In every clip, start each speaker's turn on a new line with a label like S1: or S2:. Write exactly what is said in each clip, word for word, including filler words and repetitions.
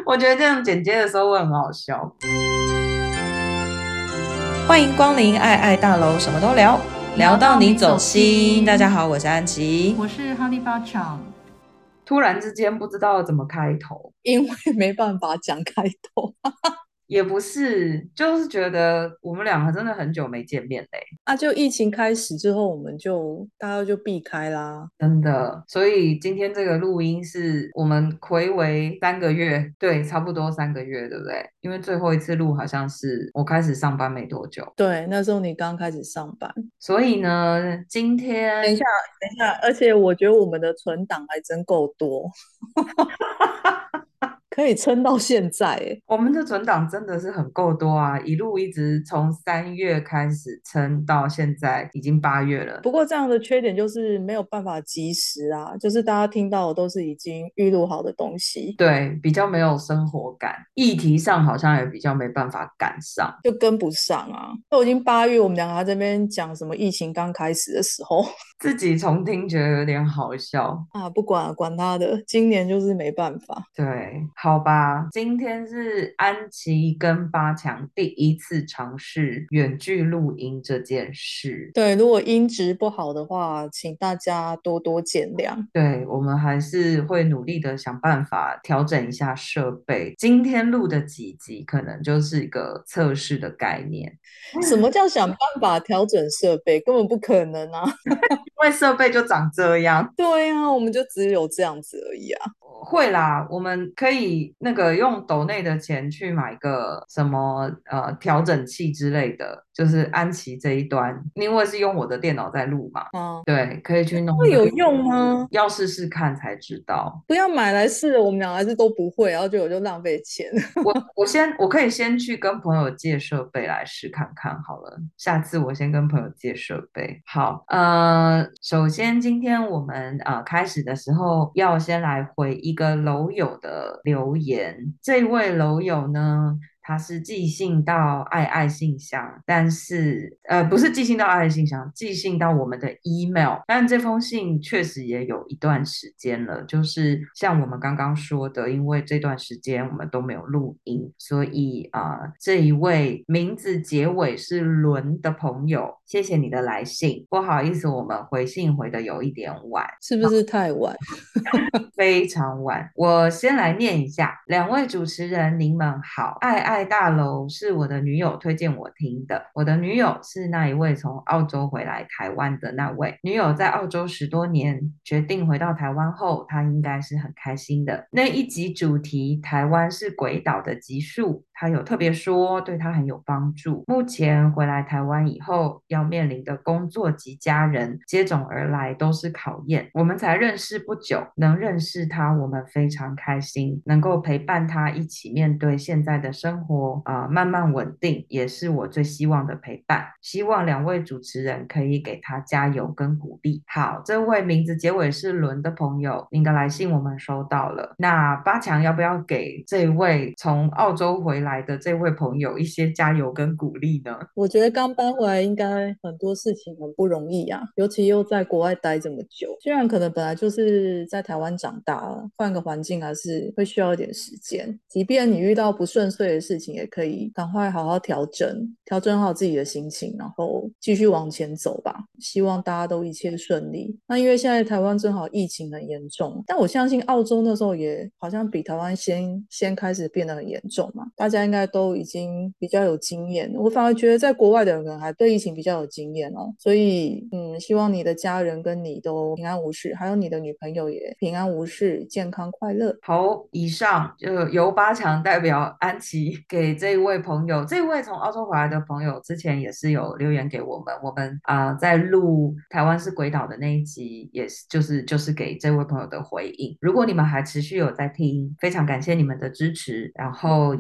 S1: 我觉得这样剪接的时候会很好笑。
S2: 欢迎光临爱爱大楼，什么都聊，聊到你走心。大家好，我是安琪，
S3: 我是哈利巴强。
S1: 突然之间不知道怎么开头，
S3: 因为没办法讲开头
S1: 也不是，就是觉得我们两个真的很久没见面嘞，
S3: 啊，就疫情开始之后，我们就大家就避开啦。
S1: 真的。所以今天这个录音是我们睽违三个月，对，差不多三个月，对不对？因为最后一次录好像是我开始上班没多久，
S3: 对，那时候你刚开始上班。
S1: 所以呢，今天
S3: 等一下，等一下，而且我觉得我们的存档还真够多，可以撑到现在诶。
S1: 我们的存档真的是很够多啊，一路一直从三月开始撑到现在，已经八月了。
S3: 不过这样的缺点就是没有办法及时啊，就是大家听到的都是已经预录好的东西，
S1: 对，比较没有生活感，议题上好像也比较没办法赶上。
S3: 就跟不上啊。都已经八月，我们两个还在这边讲什么疫情刚开始的时候。
S1: 自己重听觉得有点好笑。
S3: 啊，不管了，管他的，今年就是没办法。
S1: 对，好吧，今天是安琪跟八强第一次尝试远距录音这件事。
S3: 对，如果音质不好的话，请大家多多见谅。
S1: 对，我们还是会努力的想办法调整一下设备。今天录的几集可能就是一个测试的概念，
S3: 什么叫想办法调整设备？根本不可能啊！
S1: 因为设备就长这样。
S3: 对啊，我们就只有这样子而已啊。
S1: 会啦，我们可以那个用抖内的钱去买个什么呃调整器之类的，就是安琪这一端，因为是用我的电脑在录嘛，
S3: 啊，
S1: 对，可以去弄一个，
S3: 会有用吗？
S1: 要试试看才知道。
S3: 不要买来试了，我们俩还是都不会，然后就我就浪费钱。
S1: 我我先我可以先去跟朋友借设备来试看看好了，下次我先跟朋友借设备。好，呃，首先今天我们呃开始的时候要先来回一个楼友的留言，这位楼友呢。他是寄信到爱爱信箱，但是呃不是寄信到爱爱信箱，寄信到我们的 email。但这封信确实也有一段时间了，就是像我们刚刚说的，因为这段时间我们都没有录音，所以啊、呃这一位名字结尾是伦的朋友，谢谢你的来信。不好意思，我们回信回的有一点晚。
S3: 是不是太晚？
S1: 非常晚。我先来念一下，两位主持人，您们好。爱爱大楼是我的女友推荐我听的，我的女友是那一位从澳洲回来台湾的那位。女友在澳洲十多年，决定回到台湾后，她应该是很开心的。那一集主题台湾是鬼岛的集数，她有特别说对她很有帮助。目前回来台湾以后，要面临的工作及家人接踵而来都是考验。我们才认识不久，能认识他，我们非常开心，能够陪伴他一起面对现在的生活啊、呃慢慢稳定，也是我最希望的陪伴。希望两位主持人可以给他加油跟鼓励。好，这位名字结尾是伦的朋友，您的来信我们收到了。那八强要不要给这位从澳洲回来的这位朋友一些加油跟鼓励呢？
S3: 我觉得刚搬回来应该很多事情很不容易啊，尤其又在国外待这么久。虽然可能本来就是在台湾长大了，换个环境还是会需要一点时间。即便你遇到不顺遂的事情，也可以赶快好好调整，调整好自己的心情，然后继续往前走吧。希望大家都一切顺利。那因为现在台湾正好疫情很严重，但我相信澳洲那时候也好像比台湾先先开始变得很严重嘛，大家应该都已经比较有经验。我反而觉得在国外的人可能还对疫情比较有经验哦，所以嗯，希望你的家人跟你都平安无事，还有你的女朋友也平安无事，健康快乐。
S1: 好，以上就由八强代表安琪给这一位朋友，这位从澳洲回来的朋友，之前也是有留言给我们，我们啊、呃在录台湾是鬼岛的那一集，也是就是就是给这位朋友的回应。如果你们还持续有在听，非常感谢你们的支持，然后也希望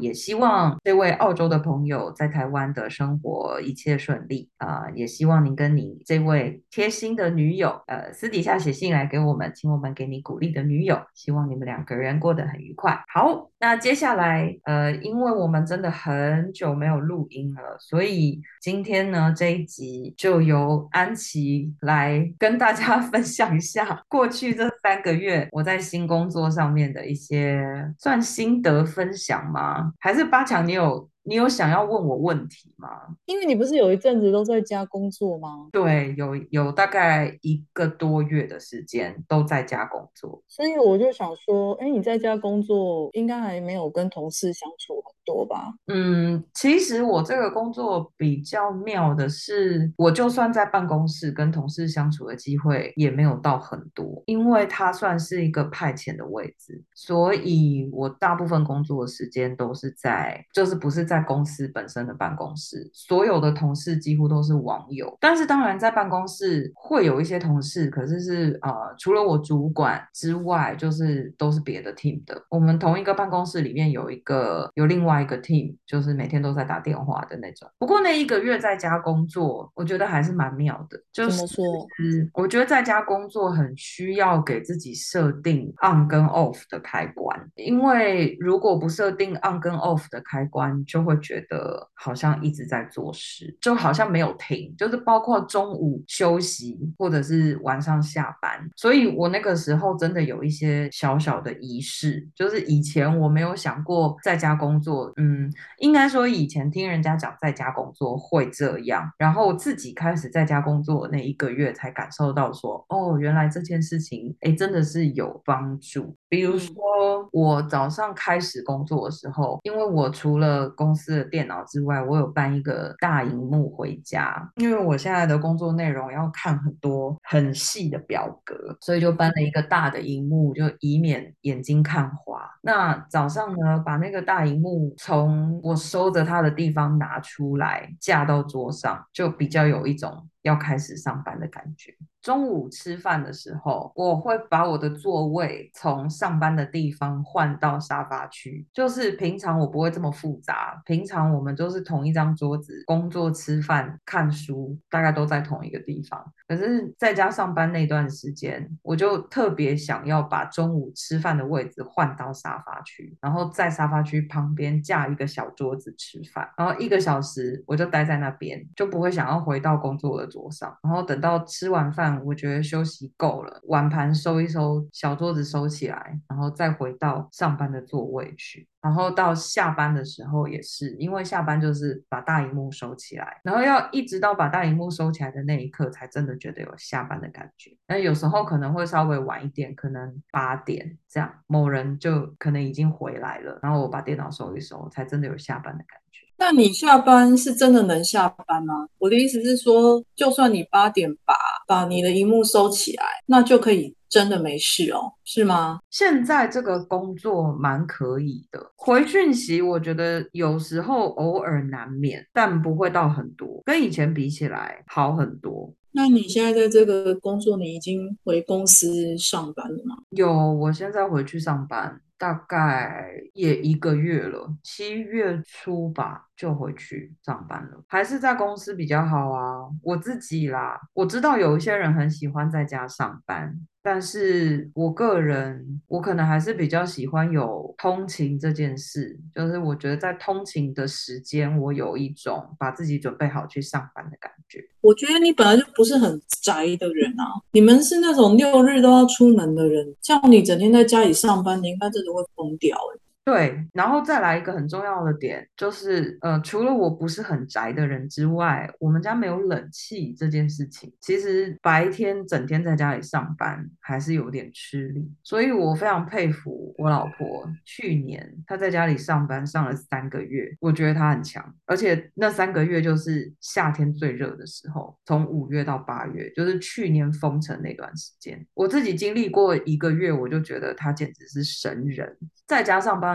S1: 望这位澳洲的朋友在台湾的生活一切顺利啊、呃，也希望您跟你这位贴心的女友，呃，私底下写信来给我们，请我们给你鼓励的女友，希望你们两个人过得很愉快。好，那接下来，呃，因为我们真的很久没有录音了，所以今天呢这一集就由安琪来跟大家分享一下过去这三个月我在新工作上面的一些算心得分享吗？还是八强你有你有想要问我问题吗？
S3: 因为你不是有一阵子都在家工作吗？
S1: 对，有有大概一个多月的时间都在家工作。
S3: 所以我就想说，哎，你在家工作应该还没有跟同事相处很多吧？
S1: 嗯，其实我这个工作比较妙的是，我就算在办公室跟同事相处的机会也没有到很多，因为它算是一个派遣的位置，所以我大部分工作的时间都是在，就是不是在公司本身的办公室，所有的同事几乎都是网友。但是当然在办公室会有一些同事，可是是呃，除了我主管之外，就是都是别的 team 的。我们同一个办公室里面有一个有另外一个 team。就是每天都在打电话的那种。不过那一个月在家工作，我觉得还是蛮妙的。就是
S3: 怎么说？
S1: 我觉得在家工作很需要给自己设定 on 跟 off 的开关，因为如果不设定 on 跟 off 的开关，就会觉得好像一直在做事，就好像没有停，就是包括中午休息或者是晚上下班。所以我那个时候真的有一些小小的仪式，就是以前我没有想过在家工作，嗯。应该说以前听人家讲在家工作会这样，然后自己开始在家工作那一个月才感受到说，哦，原来这件事情，哎，真的是有帮助。比如说，我早上开始工作的时候，因为我除了公司的电脑之外，我有搬一个大荧幕回家，因为我现在的工作内容要看很多很细的表格，所以就搬了一个大的荧幕，就以免眼睛看花。那早上呢，把那个大荧幕从我收着它的地方拿出来，架到桌上，就比较有一种要开始上班的感觉。中午吃饭的时候，我会把我的座位从上班的地方换到沙发区，就是平常我不会这么复杂，平常我们就是同一张桌子工作、吃饭、看书，大概都在同一个地方。可是在家上班那段时间，我就特别想要把中午吃饭的位置换到沙发区，然后在沙发区旁边架一个小桌子吃饭，然后一个小时我就待在那边，就不会想要回到工作的桌上。然后等到吃完饭，我觉得休息够了，碗盘收一收，小桌子收起来，然后再回到上班的座位去。然后到下班的时候也是，因为下班就是把大荧幕收起来，然后要一直到把大荧幕收起来的那一刻，才真的觉得有下班的感觉。那有时候可能会稍微晚一点，可能八点这样，某人就可能已经回来了，然后我把电脑收一收，才真的有下班的感觉。
S3: 那你下班是真的能下班吗？我的意思是说，就算你八点把把你的荧幕收起来，那就可以真的没事哦，是吗？
S1: 现在这个工作蛮可以的，回讯息我觉得有时候偶尔难免，但不会到很多，跟以前比起来好很多。
S3: 那你现在在这个工作，你已经回公司上班了吗？
S1: 有，我现在回去上班，大概也一个月了，七月初吧就回去上班了。还是在公司比较好啊，我自己啦，我知道有一些人很喜欢在家上班，但是我个人，我可能还是比较喜欢有通勤这件事，就是我觉得在通勤的时间，我有一种把自己准备好去上班的感觉。
S3: 我觉得你本来就不是很宅的人啊，你们是那种六日都要出门的人，像你整天在家里上班，你应该真的会疯掉欸。
S1: 对，然后再来一个很重要的点，就是呃，除了我不是很宅的人之外，我们家没有冷气这件事情，其实白天整天在家里上班还是有点吃力，所以我非常佩服我老婆，去年她在家里上班上了三个月，我觉得她很强，而且那三个月就是夏天最热的时候，从五月到八月，就是去年封城那段时间，我自己经历过一个月，我就觉得她简直是神人。在家上班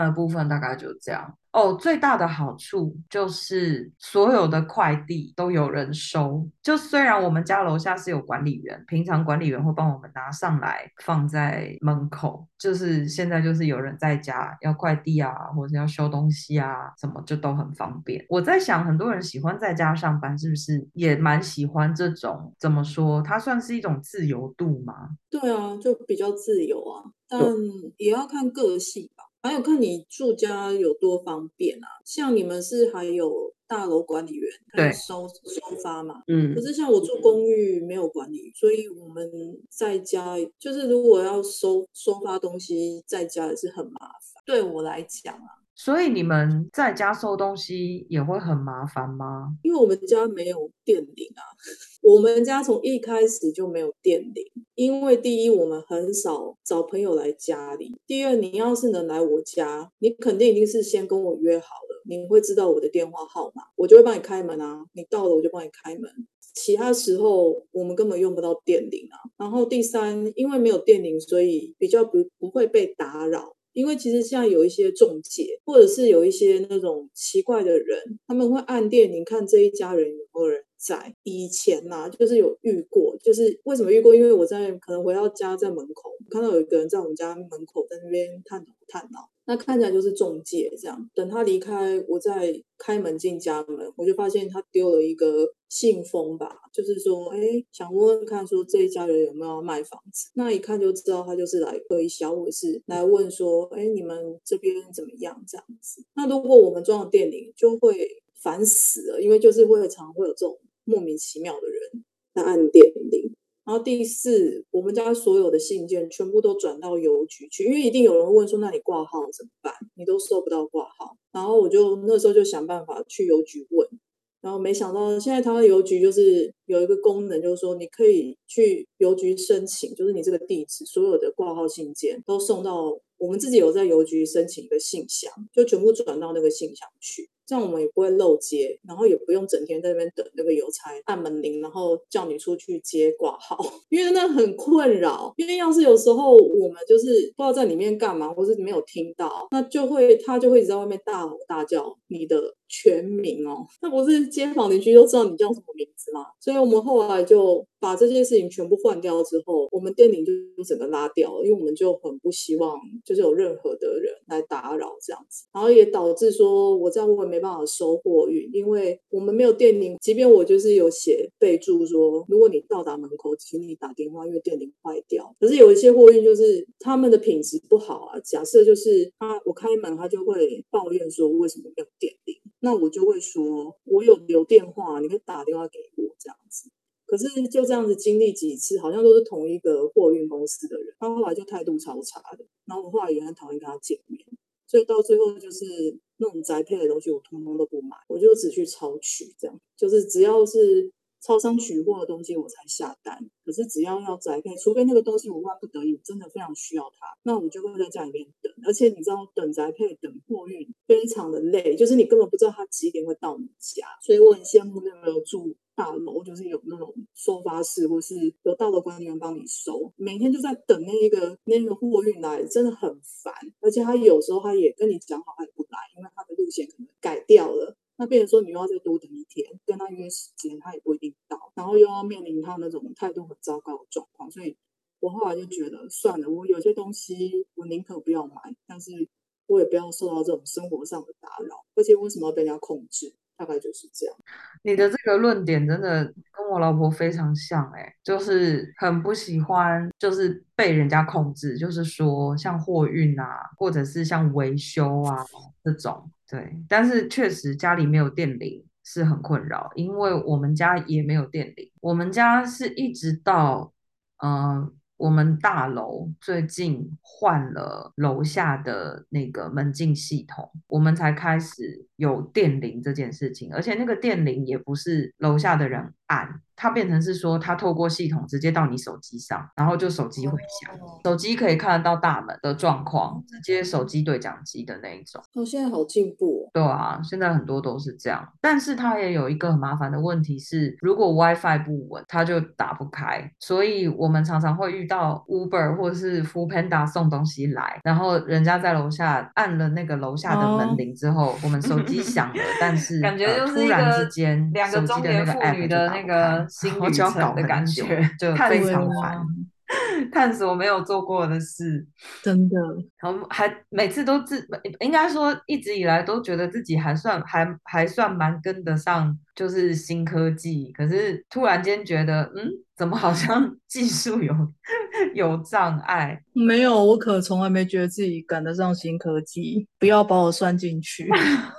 S1: 的部分大概就这样。哦，最大的好处就是所有的快递都有人收。就虽然我们家楼下是有管理员，平常管理员会帮我们拿上来放在门口，就是现在就是有人在家要快递啊，或者要修东西啊，什么就都很方便。我在想，很多人喜欢在家上班，是不是也蛮喜欢这种，怎么说，它算是一种自由度吗？
S3: 对啊，就比较自由啊，
S1: 对
S3: 但也要看个性吧，还有看你住家有多方便啊。像你们是还有大楼管理员可以
S1: 对，
S3: 收收发嘛？可
S1: 嗯。
S3: 是像我住公寓没有管理，所以我们在家就是如果要收收发东西，在家也是很麻烦。对我来讲啊。
S1: 所以你们在家收东西也会很麻烦吗？
S3: 因为我们家没有电铃啊，我们家从一开始就没有电铃。因为第一，我们很少找朋友来家里；第二，你要是能来我家，你肯定一定是先跟我约好了，你会知道我的电话号码，我就会帮你开门啊。你到了我就帮你开门。其他时候我们根本用不到电铃啊。然后第三，因为没有电铃，所以比较不不会被打扰。因为其实现在有一些中介，或者是有一些那种奇怪的人，他们会按电铃看这一家人有没有人在。以前呐、啊，就是有遇过，就是为什么遇过？因为我在可能回到家在门口看到有一个人在我们家门口在那边探头探脑，那看起来就是中介这样。等他离开，我再开门进家门，我就发现他丢了一个信封吧，就是说，哎，想问问看，说这一家人有没有要卖房子？那一看就知道他就是来推销，或者是来问说，哎，你们这边怎么样这样子？那如果我们装了电铃，就会烦死了，因为就是会常会有这种莫名其妙的人来按电铃。然后第四，我们家所有的信件全部都转到邮局去，因为一定有人问说，那你挂号怎么办？你都收不到挂号。然后我就那时候就想办法去邮局问，然后没想到现在台湾邮局就是有一个功能，就是说你可以去邮局申请，就是你这个地址所有的挂号信件都送到我们自己有在邮局申请一个信箱，就全部转到那个信箱去。这样我们也不会漏接，然后也不用整天在那边等那个邮差按门铃，然后叫你出去接挂号，因为那很困扰。因为要是有时候我们就是不知道在里面干嘛，或是没有听到，那就会他就会一直在外面大吼大叫你的全名哦，那不是街坊邻居都知道你叫什么名字吗？所以我们后来就把这件事情全部换掉之后，我们店里就整个拉掉了，因为我们就很不希望就是有任何的人来打扰这样子，然后也导致说我这样我也没办法收货运，因为我们没有电铃，即便我就是有写备注说，如果你到达门口，请你打电话，因为电铃坏掉。可是有一些货运就是他们的品质不好啊，假设就是他我开门，他就会抱怨说为什么没有电铃，那我就会说我有留电话，你可以打电话给我这样子。可是就这样子经历几次，好像都是同一个货运公司的人，他后来就态度超差的，然后我后来也很讨厌跟他见面，所以到最后就是那种宅配的东西我通通都不买，我就只去超取，这样就是只要是超商取货的东西我才下单。可是只要要宅配，除非那个东西我万不得已真的非常需要它，那我就会在家里面等。而且你知道等宅配等货运非常的累，就是你根本不知道它几点会到你家，所以我很羡慕那个住大楼，就是有那种收发室或是有大楼管理员帮你收，每天就在等那一个那个货运来，真的很烦。而且他有时候他也跟你讲好他也不来，因为他的路线可能改掉了，那变成说你又要再多等一天，跟他约时间他也不一定到，然后又要面临他那种态度很糟糕的状况。所以我后来就觉得算了，我有些东西我宁可不要买，但是我也不要受到这种生活上的打扰。而且为什么要被人家控制，大概就是这样。
S1: 你的这个论点真的跟我老婆非常像哎，就是很不喜欢就是被人家控制，就是说像货运啊，或者是像维修啊这种，对。但是确实家里没有电铃是很困扰，因为我们家也没有电铃，我们家是一直到嗯、呃我们大楼最近换了楼下的那个门禁系统，我们才开始有电铃这件事情。而且那个电铃也不是楼下的人按，它变成是说它透过系统直接到你手机上，然后就手机会响，
S3: 哦，
S1: 手机可以看得到大门的状况，直接手机对讲机的那一种。
S3: 哦，现在好进步哦。
S1: 对啊，现在很多都是这样，但是它也有一个很麻烦的问题是，如果 WiFi 不稳，它就打不开，所以我们常常会遇到 Uber 或是 Foodpanda 送东西来，然后人家在楼下按了那个楼下的门
S3: 哦，
S1: 铃之后，我们手机响了，但是
S2: 感觉
S1: 呃
S2: 就是
S1: 突然之
S2: 一个
S1: 间
S2: 两个
S1: 手机的那个
S2: 中年妇女
S1: app 就
S2: 的
S1: 打不开，
S2: 那个
S1: 然后
S2: 新旅
S1: 就要搞
S2: 程的感
S1: 很久，
S2: 觉。
S1: 就非
S3: 对啊，
S1: 常烦，探索没有做过的事。
S3: 真的。
S1: 然后还每次都自，应该说一直以来都觉得自己还算还还算蛮跟得上，就是新科技。可是突然间觉得，嗯，怎么好像技术有有障碍？
S3: 没有，我可从来没觉得自己赶得上新科技，不要把我算进去。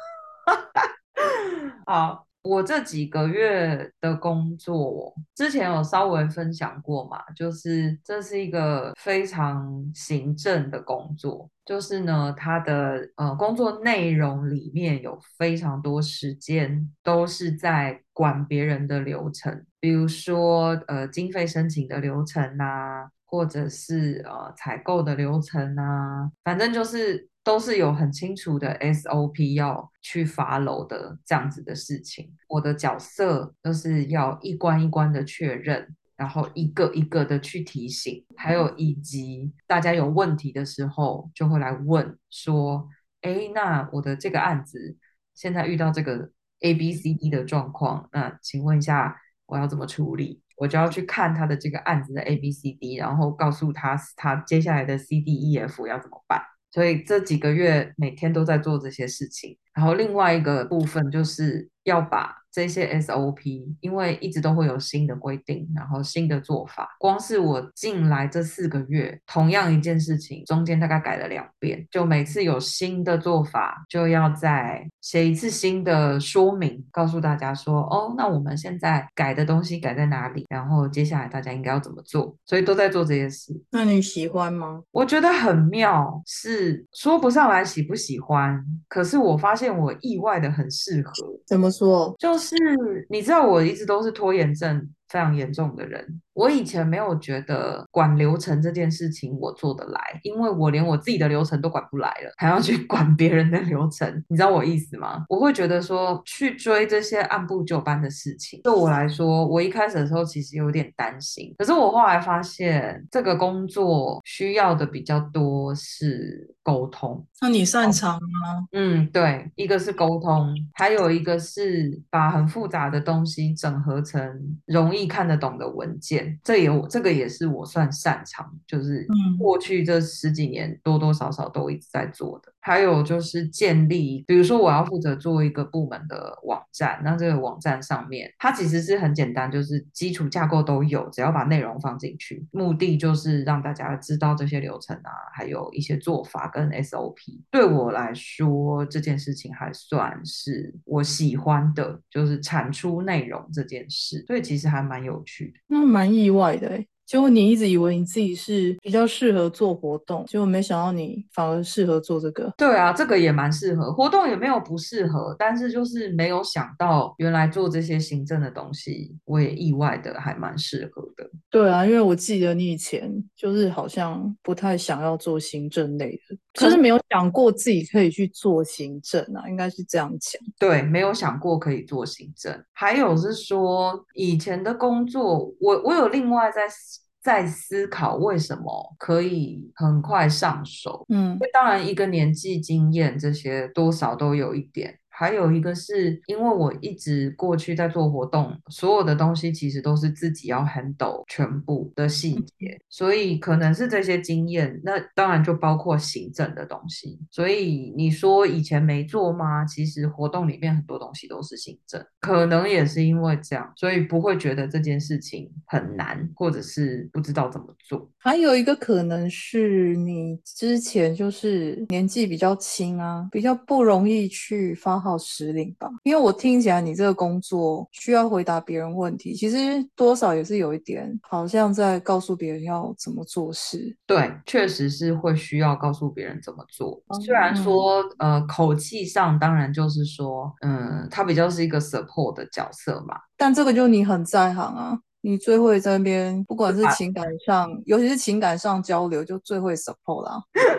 S1: 好，我这几个月的工作，之前有稍微分享过嘛，就是这是一个非常行政的工作，就是呢，它的呃工作内容里面有非常多时间都是在管别人的流程，比如说呃经费申请的流程啊，或者是呃采购的流程啊，反正就是都是有很清楚的 S O P 要去 follow 的这样子的事情。我的角色就是要一关一关的确认，然后一个一个的去提醒，还有以及大家有问题的时候就会来问说，诶，那我的这个案子现在遇到这个 A B C D 的状况，那请问一下我要怎么处理？我就要去看他的这个案子的 A B C D，然后告诉他他接下来的 C D E F 要怎么办。所以这几个月每天都在做这些事情。然后另外一个部分就是要把这些 S O P，因为一直都会有新的规定，然后新的做法。光是我进来这四个月，同样一件事情，中间大概改了两遍，就每次有新的做法，就要再写一次新的说明，告诉大家说，哦，那我们现在改的东西改在哪里，然后接下来大家应该要怎么做，所以都在做这些事。
S3: 那你喜欢吗？
S1: 我觉得很妙，是说不上来喜不喜欢，可是我发现我意外的很适合。
S3: 怎么说？
S1: 就是你知道，我一直都是拖延症非常严重的人。我以前没有觉得管流程这件事情我做得来，因为我连我自己的流程都管不来了，还要去管别人的流程，你知道我意思吗？我会觉得说去追这些按部就班的事情，对我来说，我一开始的时候其实有点担心，可是我后来发现这个工作需要的比较多是沟通。
S3: 那你擅长吗？
S1: 嗯，对，一个是沟通，还有一个是把很复杂的东西整合成容易看得懂的文件，这也我这个也是我算擅长，就是
S3: 嗯，
S1: 过去这十几年多多少少都一直在做的。还有就是建立，比如说我要负责做一个部门的网站，那这个网站上面它其实是很简单，就是基础架构都有，只要把内容放进去，目的就是让大家知道这些流程啊，还有一些做法跟 S O P。对我来说，这件事情还算是我喜欢的，就是产出内容这件事，所以其实还蛮有趣的。
S3: 那蛮意外的诶。结果你一直以为你自己是比较适合做活动，结果没想到你反而适合做这个。
S1: 对啊，这个也蛮适合，活动也没有不适合，但是就是没有想到原来做这些行政的东西，我也意外的还蛮适合的。
S3: 对啊，因为我记得你以前就是好像不太想要做行政类的，就
S1: 可是
S3: 是没有想过自己可以去做行政啊，应该是这样讲。
S1: 对，没有想过可以做行政。还有是说，以前的工作，我我有另外在思在思考为什么可以很快上手。
S3: 嗯
S1: 因为当然，一个年纪、经验这些多少都有一点。还有一个是因为我一直过去在做活动，所有的东西其实都是自己要 handle 全部的细节，所以可能是这些经验，那当然就包括行政的东西。所以你说以前没做吗？其实活动里面很多东西都是行政，可能也是因为这样，所以不会觉得这件事情很难，或者是不知道怎么做。
S3: 还有一个可能是你之前就是年纪比较轻啊，比较不容易去发号施令吧。因为我听起来你这个工作需要回答别人问题，其实多少也是有一点好像在告诉别人要怎么做事。
S1: 对，确实是会需要告诉别人怎么做。虽然
S3: 嗯，
S1: 说，呃，口气上当然就是说，嗯，他比较是一个 support 的角色嘛。
S3: 但这个就你很在行啊，你最会在那边，不管是情感上，尤其是情感上交流，就最会 support 啦。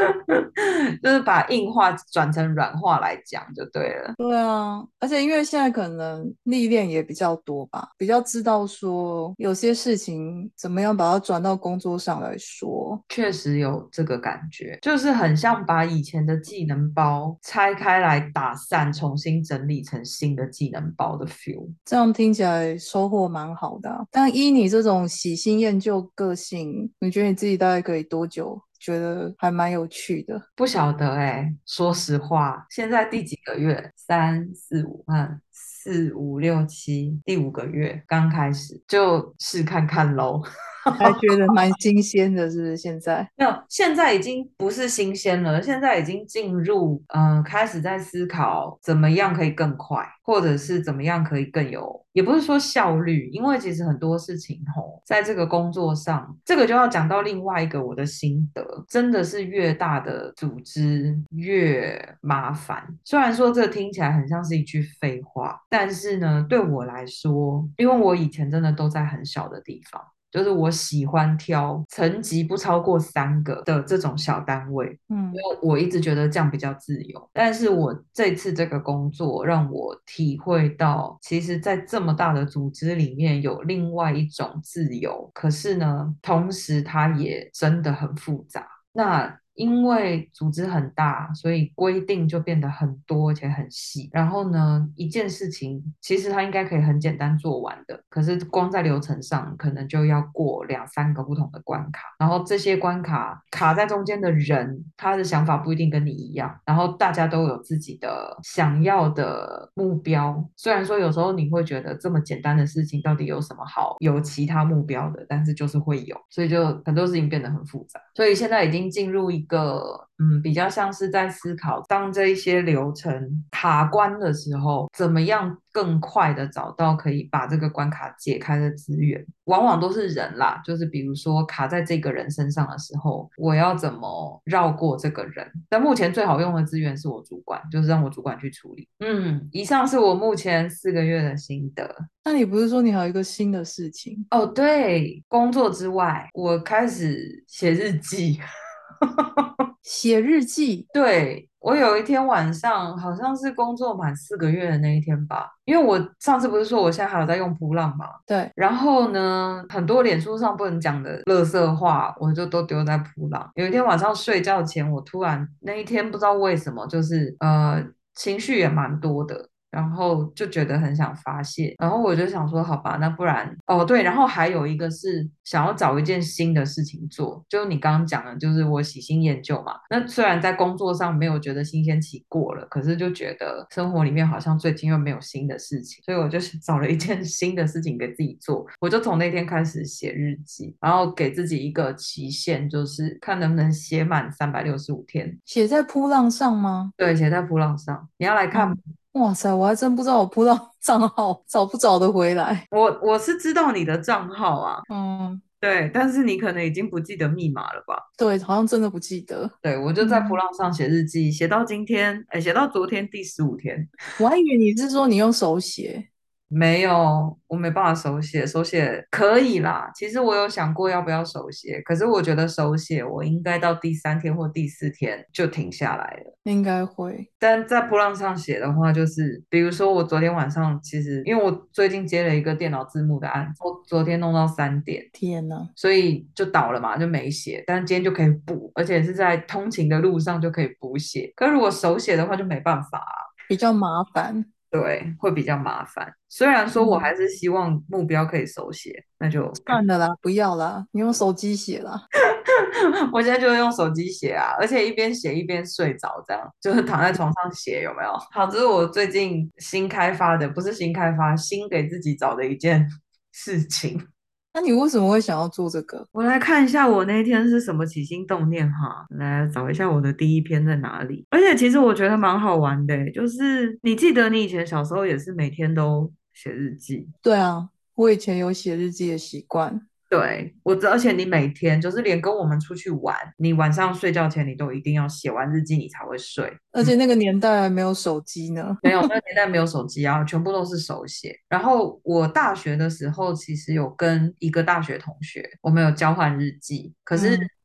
S1: 就是把硬话转成软话来讲就对了。
S3: 对啊，而且因为现在可能历练也比较多吧，比较知道说有些事情怎么样把它转到工作上来说。
S1: 确实有这个感觉，就是很像把以前的技能包拆开来打散，重新整理成新的技能包的 feel。
S3: 这样听起来收获蛮好的啊，但依你这种喜新厌旧个性，你觉得你自己大概可以多久觉得还蛮有趣的？
S1: 不晓得哎、说实话，现在第几个月？三四五，嗯，四五六七，第五个月刚开始，就试看看喽。
S3: 还觉得蛮新鲜的，是不是？现在
S1: 没有，现在已经不是新鲜了，现在已经进入，呃，开始在思考怎么样可以更快，或者是怎么样可以更有，也不是说效率，因为其实很多事情吼，在这个工作上，这个就要讲到另外一个我的心得，真的是越大的组织越麻烦。虽然说这听起来很像是一句废话，但是呢，对我来说，因为我以前真的都在很小的地方。就是我喜欢挑层级不超过三个的这种小单位，因
S3: 嗯，
S1: 为我一直觉得这样比较自由。但是我这次这个工作让我体会到，其实，在这么大的组织里面有另外一种自由，可是呢，同时它也真的很复杂。那因为组织很大，所以规定就变得很多而且很细。然后呢，一件事情其实它应该可以很简单做完的，可是光在流程上可能就要过两三个不同的关卡。然后这些关卡卡在中间的人，他的想法不一定跟你一样，然后大家都有自己的想要的目标。虽然说有时候你会觉得这么简单的事情到底有什么好有其他目标的，但是就是会有，所以就很多事情变得很复杂。所以现在已经进入一个嗯，比较像是在思考，当这一些流程卡关的时候，怎么样更快的找到可以把这个关卡解开的资源，往往都是人啦，就是比如说卡在这个人身上的时候，我要怎么绕过这个人？但目前最好用的资源是我主管，就是让我主管去处理。嗯，以上是我目前四个月的心得。
S3: 那你不是说你还有一个新的事情？
S1: 哦，对，工作之外，我开始写日记。
S3: 写日记？
S1: 对，我有一天晚上，好像是工作满四个月的那一天吧，因为我上次不是说我现在还有在用扑浪嘛，
S3: 对，
S1: 然后呢，很多脸书上不能讲的垃圾话，我就都丢在扑浪。有一天晚上睡觉前，我突然那一天不知道为什么，就是呃情绪也蛮多的，然后就觉得很想发泄，然后我就想说，好吧，那不然哦对，然后还有一个是想要找一件新的事情做，就是你刚刚讲的，就是我喜新厌旧嘛。那虽然在工作上没有觉得新鲜期过了，可是就觉得生活里面好像最近又没有新的事情，所以我就找了一件新的事情给自己做。我就从那天开始写日记，然后给自己一个期限，就是看能不能写满三百六十五天。
S3: 写在扑浪上吗？
S1: 对，写在扑浪上。你要来看吗？
S3: 嗯，哇塞，我还真不知道我扑浪账号找不找得回来。
S1: 我我是知道你的账号啊，
S3: 嗯，
S1: 对，但是你可能已经不记得密码了吧？
S3: 对，好像真的不记得。
S1: 对，我就在扑
S3: 嗯，
S1: 浪上写日记，写到今天，哎，写到昨天第十五天。
S3: 我还以为你是说你用手写。
S1: 没有，我没办法手写，手写可以啦。其实我有想过要不要手写，可是我觉得手写我应该到第三天或第四天就停下来了。
S3: 应该会。
S1: 但在波浪上写的话，就是比如说我昨天晚上，其实因为我最近接了一个电脑字幕的案子，我昨天弄到三点，
S3: 天呐，
S1: 所以就倒了嘛，就没写。但是今天就可以补，而且是在通勤的路上就可以补写。可如果手写的话就没办法啊，
S3: 比较麻烦。
S1: 对，会比较麻烦。虽然说我
S3: 嗯，
S1: 还是希望目标可以手写，那就看。
S3: 算了啦，不要啦，你用手机写啦。
S1: 我现在就是用手机写啊，而且一边写一边睡着，这样就是躺在床上写，有没有？好，这是我最近新开发的，不是新开发，新给自己找的一件事情。
S3: 那你为什么会想要做这个？
S1: 我来看一下我那天是什么起心动念哈，来找一下我的第一篇在哪里。而且其实我觉得蛮好玩的欸，就是你记得你以前小时候也是每天都写日记。
S3: 对啊，我以前有写日记的习惯。
S1: 对，我知，而且你每天就是连跟我们出去玩，你晚上睡觉前你都一定要写完日记，你才会睡。
S3: 而且那个年代还没有手机呢。
S1: 没有，那个年代没有手机啊，全部都是手写。然后我大学的时候，其实有跟一个大学同学，我们有交换日记。可是
S3: 嗯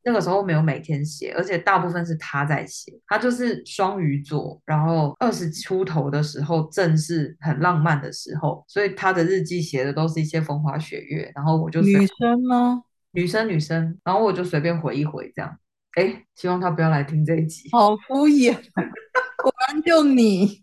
S1: 那个时候没有每天写，而且大部分是他在写。他就是双鱼座，然后二十出头的时候正是很浪漫的时候，所以他的日记写的都是一些风花雪月，然后我就随
S3: 女生吗？
S1: 女生女生，然后我就随便回一回这样。哎，希望他不要来听这一集。
S3: 好敷衍哦，果然就你。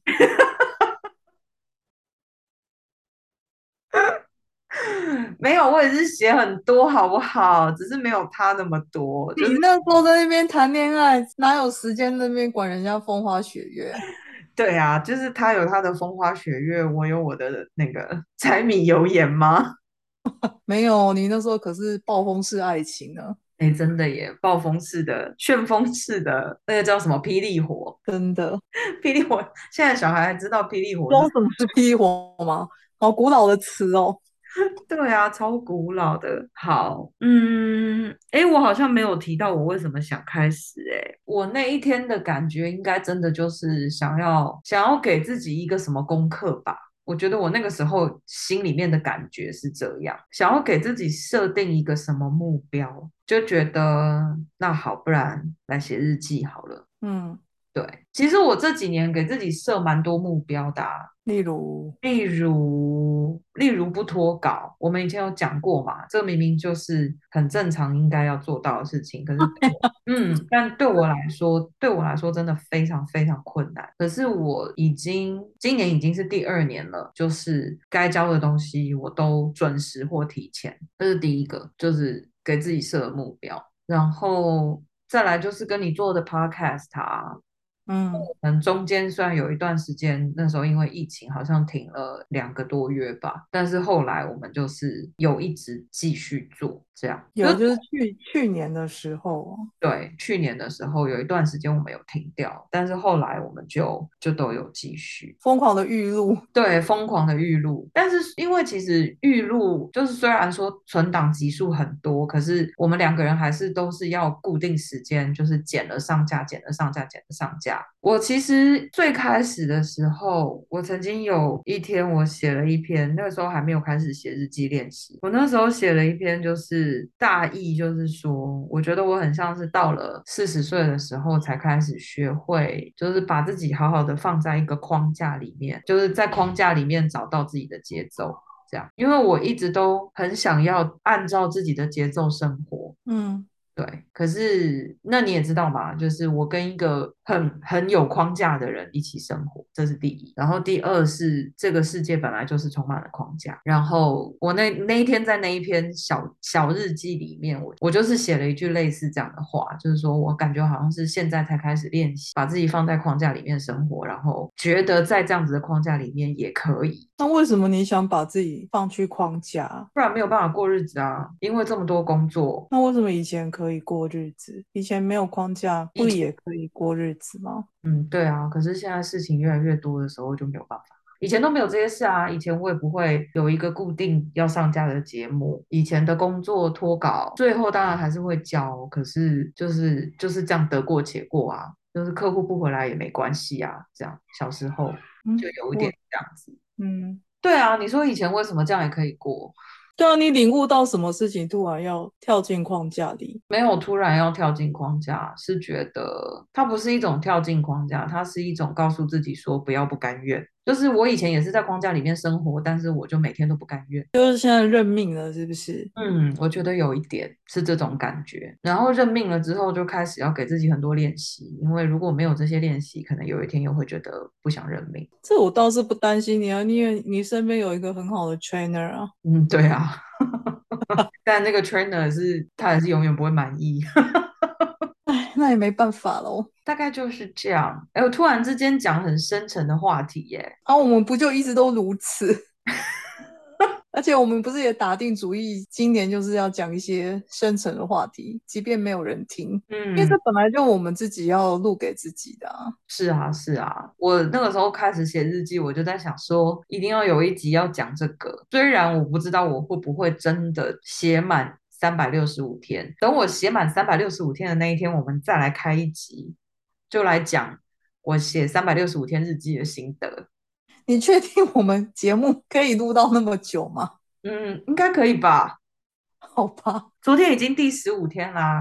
S1: 没有，我也是写很多，好不好？只是没有他那么多，就是
S3: 你那时候在那边谈恋爱，哪有时间那边管人家风花雪月？
S1: 对啊，就是他有他的风花雪月，我有我的那个柴米油盐吗？
S3: 没有，你那时候可是暴风式爱情呢，
S1: 哎，真的耶，暴风式的、旋风式的，那个叫什么霹雳火？
S3: 真的。
S1: 霹雳火，现在小孩还知道霹雳火是？
S3: 知道什么是霹火吗？好古老的词哦。
S1: 对啊，超古老的。好，嗯，诶，我好像没有提到我为什么想开始。诶，我那一天的感觉应该真的就是想要想要给自己一个什么功课吧。我觉得我那个时候心里面的感觉是这样，想要给自己设定一个什么目标，就觉得那好，不然来写日记好了。
S3: 嗯，
S1: 对，其实我这几年给自己设蛮多目标的啊，
S3: 例如，
S1: 例如，例如不脱稿，我们以前有讲过嘛，这明明就是很正常应该要做到的事情，可是对我嗯，但对我来说，对我来说真的非常非常困难。可是我已经今年已经是第二年了，就是该交的东西我都准时或提前，这是第一个，就是给自己设的目标。然后再来就是跟你做的 podcast 啊，
S3: 嗯，
S1: 嗯，中间虽然有一段时间，那时候因为疫情好像停了两个多月吧，但是后来我们就是有一直继续做，这样就
S3: 有就是去去年的时候，
S1: 对。去年的时候有一段时间我们有停掉，但是后来我们就就都有继续。
S3: 疯狂的预录。
S1: 对，疯狂的预录，但是因为其实预录就是虽然说存档集数很多，可是我们两个人还是都是要固定时间，就是剪了上架，剪了上架，剪了上架。我其实最开始的时候，我曾经有一天我写了一篇，那个时候还没有开始写日记练习，我那时候写了一篇，就是大意就是说，我觉得我很像是到了四十岁的时候才开始学会，就是把自己好好的放在一个框架里面，就是在框架里面找到自己的节奏。这样，因为我一直都很想要按照自己的节奏生活，
S3: 嗯，
S1: 对，可是那你也知道嘛，就是我跟一个很很有框架的人一起生活，这是第一。然后第二是这个世界本来就是充满了框架。然后我那那一天在那一篇小小日记里面，我我就是写了一句类似这样的话，就是说我感觉好像是现在才开始练习把自己放在框架里面生活，然后觉得在这样子的框架里面也可以，
S3: 那为什么你想把自己放去框架？
S1: 不然没有办法过日子啊，因为这么多工作。
S3: 那为什么以前可以过日子？以前没有框架，不
S1: 以前。
S3: 也可以过日子吗？
S1: 嗯，对啊，可是现在事情越来越多的时候就没有办法。以前都没有这些事啊，以前我也不会有一个固定要上架的节目。以前的工作脱稿，最后当然还是会交，可是就是就是这样得过且过啊，就是客户不回来也没关系啊，这样小时候就
S3: 嗯，
S1: 有一点
S3: 我
S1: 这样子。
S3: 嗯，
S1: 对啊，你说以前为什么这样也可以过？
S3: 对啊，你领悟到什么事情突然要跳进框架里？
S1: 没有突然要跳进框架，是觉得它不是一种跳进框架，它是一种告诉自己说不要不甘愿。就是我以前也是在框架里面生活，但是我就每天都不甘愿。
S3: 就是现在认命了，是不是？
S1: 嗯，我觉得有一点是这种感觉。然后认命了之后，就开始要给自己很多练习，因为如果没有这些练习，可能有一天又会觉得不想认命。
S3: 这我倒是不担心你啊，因为你身边有一个很好的 trainer 啊。
S1: 嗯，对啊，但那个 trainer 是他也是永远不会满意。
S3: 哎，那也没办法喽。
S1: 大概就是这样。哎，我突然之间讲很深沉的话题耶。
S3: 啊，我们不就一直都如此？而且我们不是也打定主意，今年就是要讲一些深层的话题，即便没有人听，因为
S1: 嗯，
S3: 这本来就我们自己要录给自己的啊。
S1: 是啊，是啊。我那个时候开始写日记，我就在想说，一定要有一集要讲这个。虽然我不知道我会不会真的写满三百六十五天，等我写满三百六十五天的那一天，我们再来开一集，就来讲我写三百六十五天日记的心得。
S3: 你确定我们节目可以录到那么久吗？
S1: 嗯，应该可以吧？
S3: 好吧，
S1: 昨天已经第十五天啦。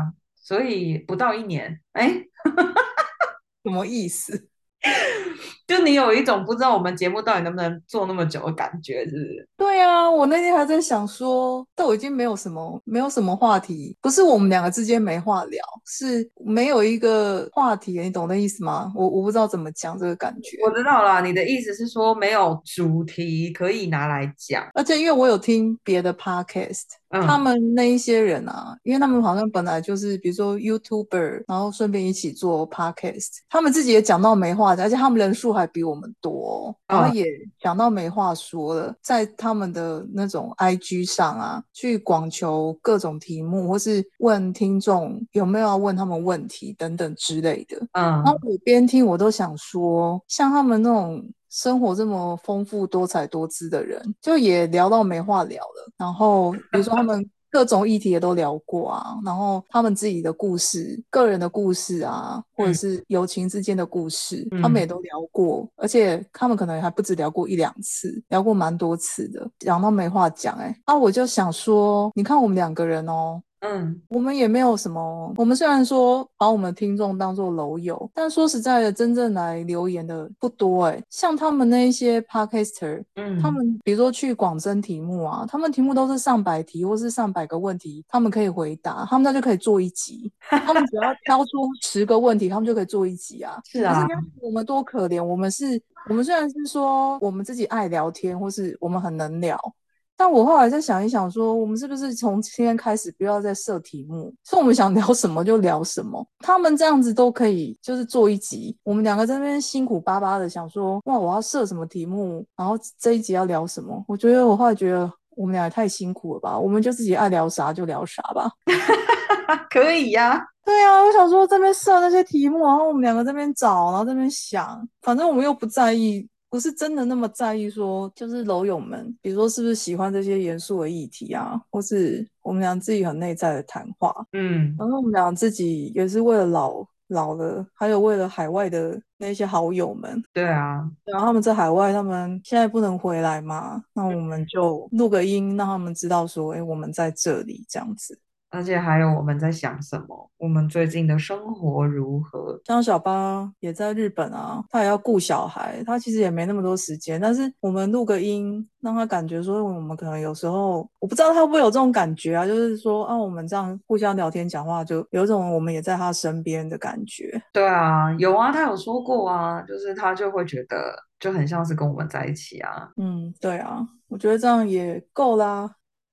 S1: 所以不到一年，哎，
S3: 什么意思？
S1: 就你有一种不知道我们节目到底能不能做那么久的感觉，是不是？
S3: 对啊，我那天还在想说，都已经没有什么没有什么话题，不是我们两个之间没话聊，是没有一个话题，你懂那意思吗？我我不知道怎么讲这个感觉。
S1: 我知道啦，你的意思是说没有主题可以拿来讲。
S3: 而且因为我有听别的 podcast，他
S1: 嗯
S3: 们那一些人啊，因为他们好像本来就是比如说 YouTuber，然后顺便一起做 podcast，他们自己也讲到没话讲，而且他们人数还比我们多，然后
S1: 嗯
S3: 也讲到没话说了，在他们的那种 I G 上啊，去广求各种题目，或是问听众有没有要问他们问题等等之类的。然后
S1: 嗯
S3: 我边听我都想说，像他们那种生活这么丰富多彩多姿的人，就也聊到没话聊了。然后比如说他们各种议题也都聊过啊，然后他们自己的故事、个人的故事啊，或者
S1: 嗯
S3: 是友情之间的故事，他们也
S1: 嗯，
S3: 都聊过，而且他们可能还不止聊过一两次，聊过蛮多次的，讲到没话讲哎、欸。啊，我就想说，你看我们两个人哦。
S1: 嗯，
S3: 我们也没有什么，我们虽然说把我们的听众当做楼友，但说实在的，真正来留言的不多诶。像他们那一些 podcaster，他
S1: 嗯，
S3: 们比如说去广征题目啊，他们题目都是上百题或是上百个问题，他们可以回答，他们那就可以做一集。他们只要挑出十个问题，他们就可以做一集啊。
S1: 是啊，
S3: 可是你看我们多可怜，我们是，我们虽然是说我们自己爱聊天，或是我们很能聊。但我后来再想一想说，我们是不是从今天开始不要再设题目，所以我们想聊什么就聊什么。他们这样子都可以，就是做一集，我们两个在那边辛苦巴巴的想说，哇，我要设什么题目，然后这一集要聊什么。我觉得我后来觉得我们俩也太辛苦了吧，我们就自己爱聊啥就聊啥吧。
S1: 可以呀、啊。
S3: 对啊，我想说这边设那些题目，然后我们两个这边找，然后这边想，反正我们又不在意，不是真的那么在意说，就是楼友们，比如说是不是喜欢这些严肃的议题啊，或是我们俩自己很内在的谈话，
S1: 嗯，
S3: 然后我们俩自己也是为了老老了，还有为了海外的那些好友们，
S1: 对啊，
S3: 然后他们在海外，他们现在不能回来嘛，那我们就录个音，让他们知道说，哎，我们在这里这样子。
S1: 而且还有我们在想什么，我们最近的生活如何？
S3: 像小八也在日本啊，他也要顾小孩，他其实也没那么多时间。但是我们录个音，让他感觉说，我们可能有时候，我不知道他会不会有这种感觉啊，就是说啊，我们这样互相聊天讲话，就有一种我们也在他身边的感觉。
S1: 对啊，有啊，他有说过啊，就是他就会觉得就很像是跟我们在一起啊。
S3: 嗯，对啊，我觉得这样也够啦。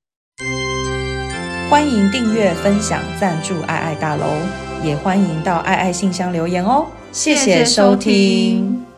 S2: 欢迎订阅、分享、赞助爱爱大楼，也欢迎到爱爱信箱留言哦。谢谢收听。